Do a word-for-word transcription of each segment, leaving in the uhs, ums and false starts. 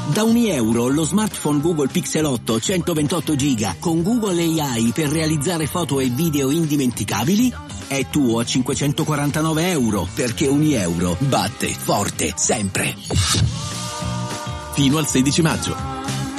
Da ogni euro lo smartphone Google Pixel otto centoventotto giga con Google A I per realizzare foto e video indimenticabili è tuo a cinquecentoquarantanove euro, perché ogni euro batte forte sempre. Fino al sedici maggio.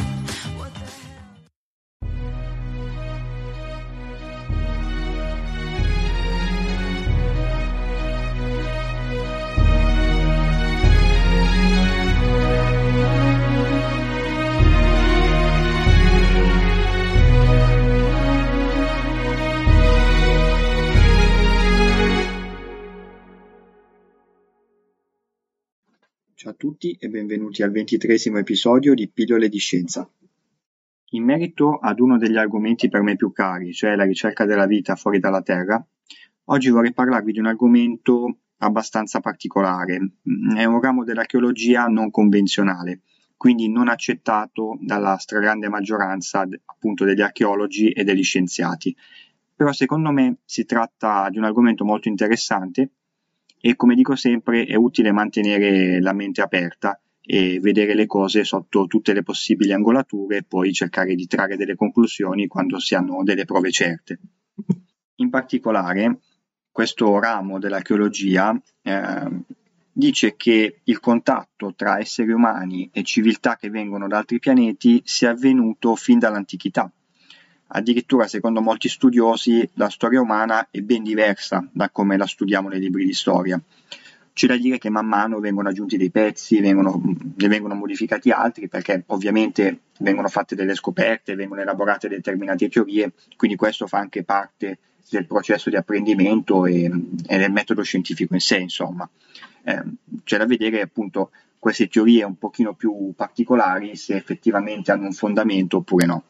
Ciao a tutti e benvenuti al ventitreesimo episodio di Pillole di Scienza. In merito ad uno degli argomenti per me più cari, cioè la ricerca della vita fuori dalla Terra, oggi vorrei parlarvi di un argomento abbastanza particolare. È un ramo dell'archeologia non convenzionale, quindi non accettato dalla stragrande maggioranza appunto degli archeologi e degli scienziati. Però secondo me si tratta di un argomento molto interessante e, come dico sempre, è utile mantenere la mente aperta e vedere le cose sotto tutte le possibili angolature e poi cercare di trarre delle conclusioni quando si hanno delle prove certe. In particolare, questo ramo dell'archeologia eh, dice che il contatto tra esseri umani e civiltà che vengono da altri pianeti sia avvenuto fin dall'antichità. Addirittura, secondo molti studiosi, la storia umana è ben diversa da come la studiamo nei libri di storia. C'è da dire che man mano vengono aggiunti dei pezzi, vengono, ne vengono modificati altri, perché ovviamente vengono fatte delle scoperte, vengono elaborate determinate teorie, quindi questo fa anche parte del processo di apprendimento e, e del metodo scientifico in sé, insomma. Eh, c'è da vedere appunto queste teorie un pochino più particolari, se effettivamente hanno un fondamento oppure no.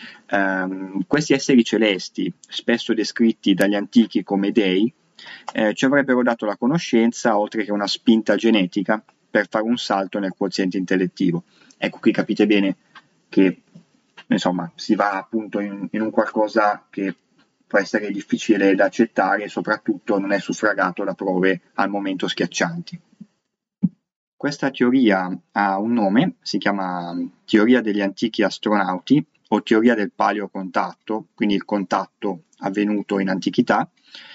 Um, questi esseri celesti, spesso descritti dagli antichi come dei, eh, ci avrebbero dato la conoscenza, oltre che una spinta genetica, per fare un salto nel quoziente intellettivo. Ecco, qui capite bene che insomma si va appunto in, in un qualcosa che può essere difficile da accettare e soprattutto non è suffragato da prove al momento schiaccianti. Questa teoria ha un nome, si chiama teoria degli antichi astronauti o teoria del paleocontatto, quindi il contatto avvenuto in antichità,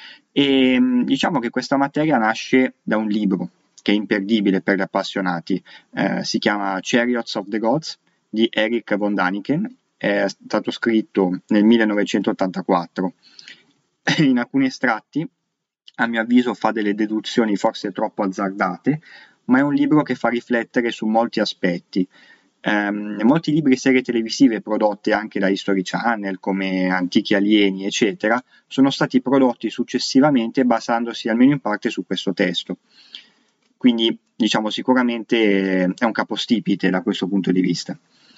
e diciamo che questa materia nasce da un libro che è imperdibile per gli appassionati, eh, si chiama Chariots of the Gods di Erich von Däniken, è stato scritto nel millenovecentottantaquattro. In alcuni estratti, a mio avviso, fa delle deduzioni forse troppo azzardate, ma è un libro che fa riflettere su molti aspetti. Um, molti libri e serie televisive prodotte anche da History Channel come Antichi Alieni eccetera sono stati prodotti successivamente basandosi almeno in parte su questo testo, quindi diciamo sicuramente è un capostipite da questo punto di vista.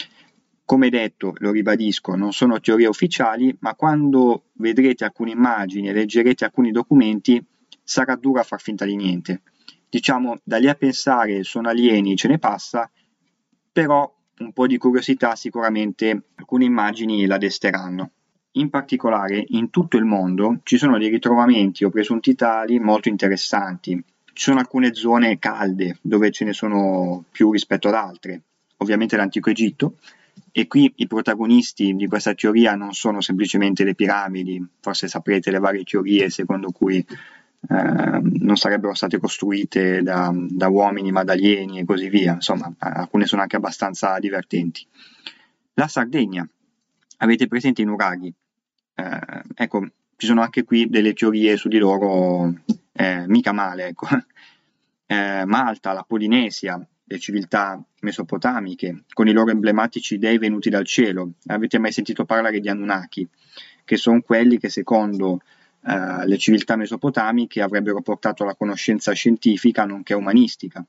Come detto, lo ribadisco, non sono teorie ufficiali, ma quando vedrete alcune immagini e leggerete alcuni documenti sarà duro a far finta di niente. Diciamo, da lì a pensare sono alieni ce ne passa, però un po' di curiosità sicuramente alcune immagini la desteranno. In particolare, in tutto il mondo ci sono dei ritrovamenti o presunti tali molto interessanti. Ci sono alcune zone calde dove ce ne sono più rispetto ad altre, ovviamente l'Antico Egitto, e qui i protagonisti di questa teoria non sono semplicemente le piramidi, forse saprete le varie teorie secondo cui Eh, non sarebbero state costruite da, da uomini ma da alieni e così via, insomma alcune sono anche abbastanza divertenti. La Sardegna, avete presente i nuraghi? Eh, ecco, ci sono anche qui delle teorie su di loro eh, mica male, ecco. eh, Malta, la Polinesia, le civiltà mesopotamiche con i loro emblematici dei venuti dal cielo. Avete mai sentito parlare di Anunnaki, che sono quelli che secondo Uh, le civiltà mesopotamiche avrebbero portato la conoscenza scientifica nonché umanistica,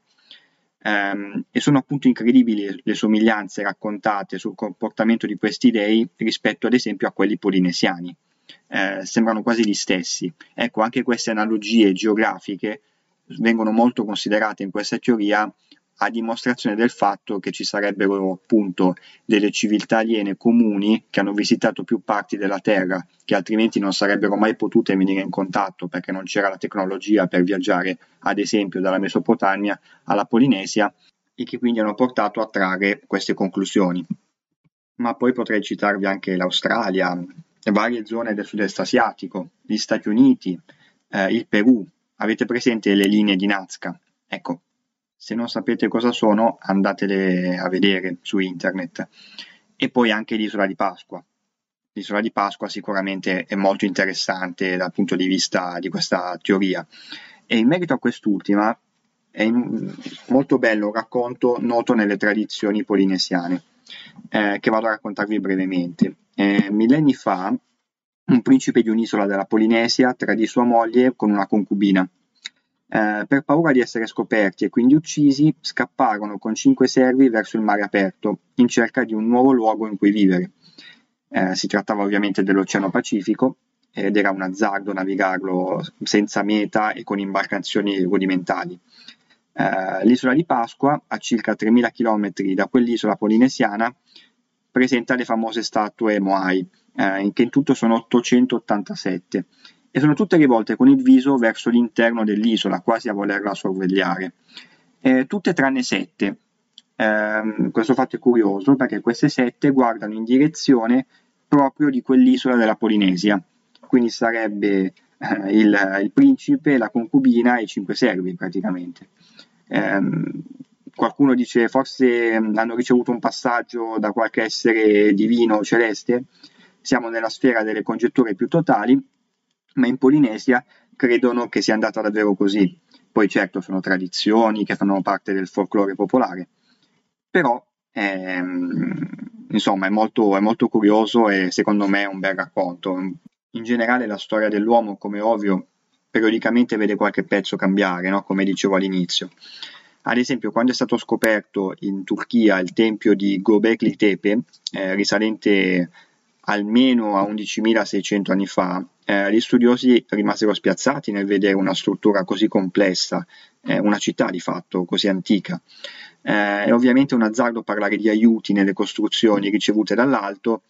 um, e sono appunto incredibili le somiglianze raccontate sul comportamento di questi dei rispetto ad esempio a quelli polinesiani. Uh, sembrano quasi gli stessi. Ecco, anche queste analogie geografiche vengono molto considerate in questa teoria a dimostrazione del fatto che ci sarebbero appunto delle civiltà aliene comuni che hanno visitato più parti della Terra, che altrimenti non sarebbero mai potute venire in contatto perché non c'era la tecnologia per viaggiare ad esempio dalla Mesopotamia alla Polinesia, e che quindi hanno portato a trarre queste conclusioni. Ma poi potrei citarvi anche l'Australia, varie zone del sud-est asiatico, gli Stati Uniti, eh, il Perù. Avete presente le linee di Nazca? Ecco, se non sapete cosa sono, andatele a vedere su internet. E poi anche l'isola di Pasqua. L'isola di Pasqua sicuramente è molto interessante dal punto di vista di questa teoria. E in merito a quest'ultima è molto bello un racconto noto nelle tradizioni polinesiane, eh, che vado a raccontarvi brevemente. Eh, millenni fa un principe di un'isola della Polinesia tradì sua moglie con una concubina. Eh, per paura di essere scoperti e quindi uccisi, scapparono con cinque servi verso il mare aperto, in cerca di un nuovo luogo in cui vivere. Eh, si trattava ovviamente dell'Oceano Pacifico ed era un azzardo navigarlo senza meta e con imbarcazioni rudimentali. Eh, l'isola di Pasqua, a circa tremila chilometri da quell'isola polinesiana, presenta le famose statue Moai, eh, che in tutto sono ottocentottantasette, e sono tutte rivolte con il viso verso l'interno dell'isola, quasi a volerla sorvegliare. Eh, tutte tranne sette. Eh, questo fatto è curioso perché queste sette guardano in direzione proprio di quell'isola della Polinesia, quindi sarebbe eh, il, il principe, la concubina e i cinque servi praticamente. Eh, qualcuno dice forse hanno ricevuto un passaggio da qualche essere divino o celeste. Siamo nella sfera delle congetture più totali, ma in Polinesia credono che sia andata davvero così. Poi certo sono tradizioni che fanno parte del folklore popolare, però ehm, insomma è molto, è molto curioso e secondo me è un bel racconto. In generale la storia dell'uomo, come ovvio, periodicamente vede qualche pezzo cambiare, no? Come dicevo all'inizio. Ad esempio, quando è stato scoperto in Turchia il tempio di Göbekli Tepe, eh, risalente almeno a undicimilaseicento anni fa, eh, gli studiosi rimasero spiazzati nel vedere una struttura così complessa, eh, una città di fatto così antica. Eh, è ovviamente un azzardo parlare di aiuti nelle costruzioni ricevute dall'alto,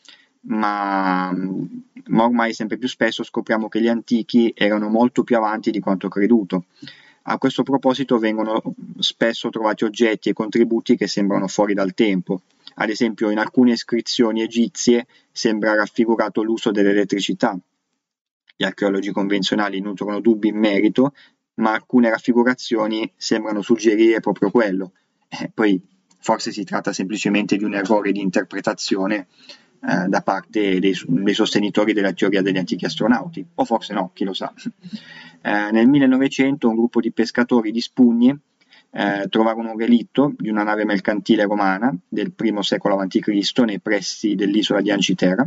ma, ma ormai sempre più spesso scopriamo che gli antichi erano molto più avanti di quanto creduto. A questo proposito vengono spesso trovati oggetti e contributi che sembrano fuori dal tempo. Ad esempio, in alcune iscrizioni egizie sembra raffigurato l'uso dell'elettricità. Gli archeologi convenzionali nutrono dubbi in merito, ma alcune raffigurazioni sembrano suggerire proprio quello. Eh, poi forse si tratta semplicemente di un errore di interpretazione eh, da parte dei, dei sostenitori della teoria degli antichi astronauti, o forse no, chi lo sa. Eh, nel millenovecento un gruppo di pescatori di spugne eh, trovarono un relitto di una nave mercantile romana del primo secolo avanti Cristo nei pressi dell'isola di Ancitera.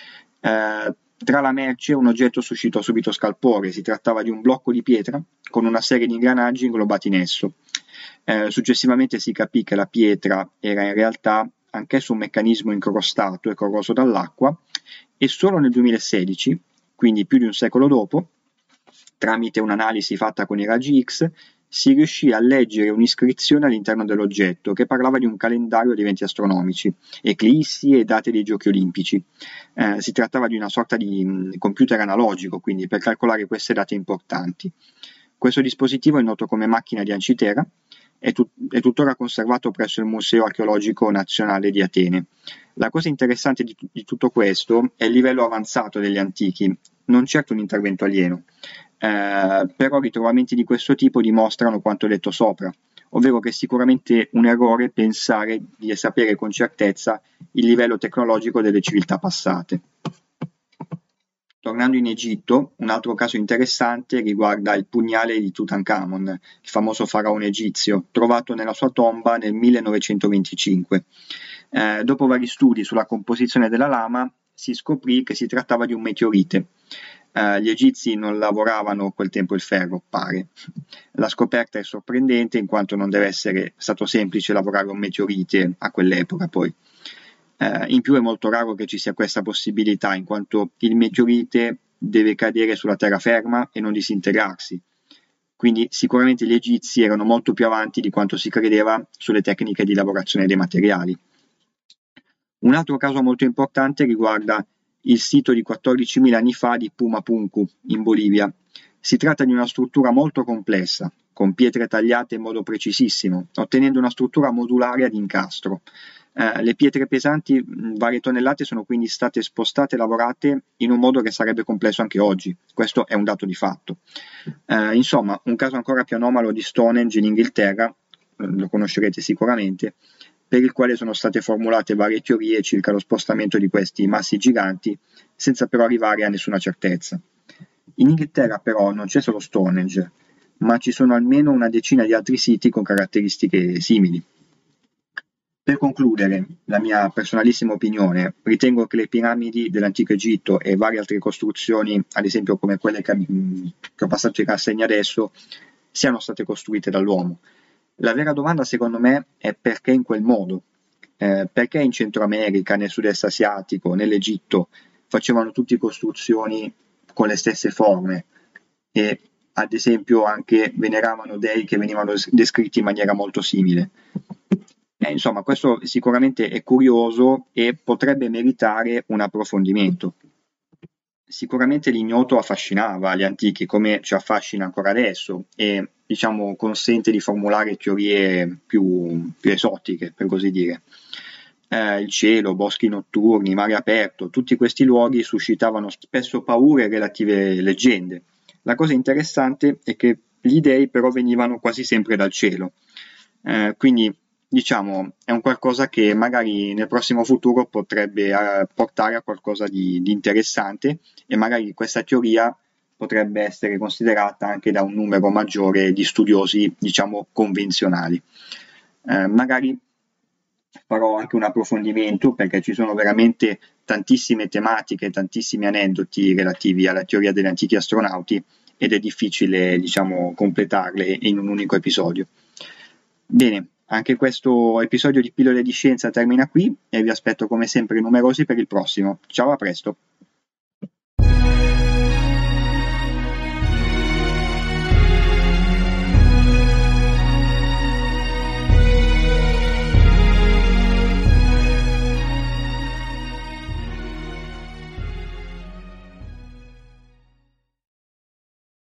Eh, tra la merce un oggetto suscitò subito scalpore. Si trattava di un blocco di pietra con una serie di ingranaggi inglobati in esso. Eh, successivamente si capì che la pietra era in realtà anch'esso un meccanismo incrostato e corroso dall'acqua, e solo nel duemilasedici, quindi più di un secolo dopo, tramite un'analisi fatta con i raggi X, si riuscì a leggere un'iscrizione all'interno dell'oggetto che parlava di un calendario di eventi astronomici, eclissi e date dei giochi olimpici. Eh, si trattava di una sorta di mh, computer analogico, quindi per calcolare queste date importanti. Questo dispositivo è noto come macchina di Ancitera, è, tut- è tuttora conservato presso il Museo Archeologico Nazionale di Atene. La cosa interessante di, t- di tutto questo è il livello avanzato degli antichi, non certo un intervento alieno. Eh, però ritrovamenti di questo tipo dimostrano quanto detto sopra, ovvero che è sicuramente un errore pensare di sapere con certezza il livello tecnologico delle civiltà passate. Tornando in Egitto, un altro caso interessante riguarda il pugnale di Tutankhamon, il famoso faraone egizio, trovato nella sua tomba nel millenovecentoventicinque. Eh, dopo vari studi sulla composizione della lama, si scoprì che si trattava di un meteorite. Uh, gli egizi non lavoravano quel tempo il ferro, pare. La scoperta è sorprendente in quanto non deve essere stato semplice lavorare un meteorite a quell'epoca poi. Uh, in più è molto raro che ci sia questa possibilità in quanto il meteorite deve cadere sulla terraferma e non disintegrarsi. Quindi sicuramente gli egizi erano molto più avanti di quanto si credeva sulle tecniche di lavorazione dei materiali. Un altro caso molto importante riguarda il sito di quattordicimila anni fa di Pumapunku, in Bolivia. Si tratta di una struttura molto complessa, con pietre tagliate in modo precisissimo, ottenendo una struttura modulare ad incastro. Eh, le pietre pesanti, varie tonnellate, sono quindi state spostate e lavorate in un modo che sarebbe complesso anche oggi. Questo è un dato di fatto. Eh, insomma, un caso ancora più anomalo di Stonehenge in Inghilterra, lo conoscerete sicuramente, per il quale sono state formulate varie teorie circa lo spostamento di questi massi giganti, senza però arrivare a nessuna certezza. In Inghilterra però non c'è solo Stonehenge, ma ci sono almeno una decina di altri siti con caratteristiche simili. Per concludere, la mia personalissima opinione, ritengo che le piramidi dell'antico Egitto e varie altre costruzioni, ad esempio come quelle che, che ho passato in rassegna adesso, siano state costruite dall'uomo. La vera domanda, secondo me, è perché in quel modo? Eh, perché in Centro America, nel sud-est asiatico, nell'Egitto, facevano tutte costruzioni con le stesse forme e, ad esempio, anche veneravano dei che venivano descritti in maniera molto simile? Eh, insomma, questo sicuramente è curioso e potrebbe meritare un approfondimento. Sicuramente l'ignoto affascinava gli antichi, come ci affascina ancora adesso, e diciamo consente di formulare teorie più, più esotiche, per così dire. Eh, il cielo, boschi notturni, mare aperto, tutti questi luoghi suscitavano spesso paure e relative leggende. La cosa interessante è che gli dei però venivano quasi sempre dal cielo, eh, quindi diciamo, è un qualcosa che magari nel prossimo futuro potrebbe eh, portare a qualcosa di, di interessante, e magari questa teoria potrebbe essere considerata anche da un numero maggiore di studiosi, diciamo, convenzionali. Eh, magari farò anche un approfondimento, perché ci sono veramente tantissime tematiche, tantissimi aneddoti relativi alla teoria degli antichi astronauti, ed è difficile, diciamo, completarle in un unico episodio. Bene. Anche questo episodio di Pillole di Scienza termina qui e vi aspetto come sempre numerosi per il prossimo. Ciao, a presto!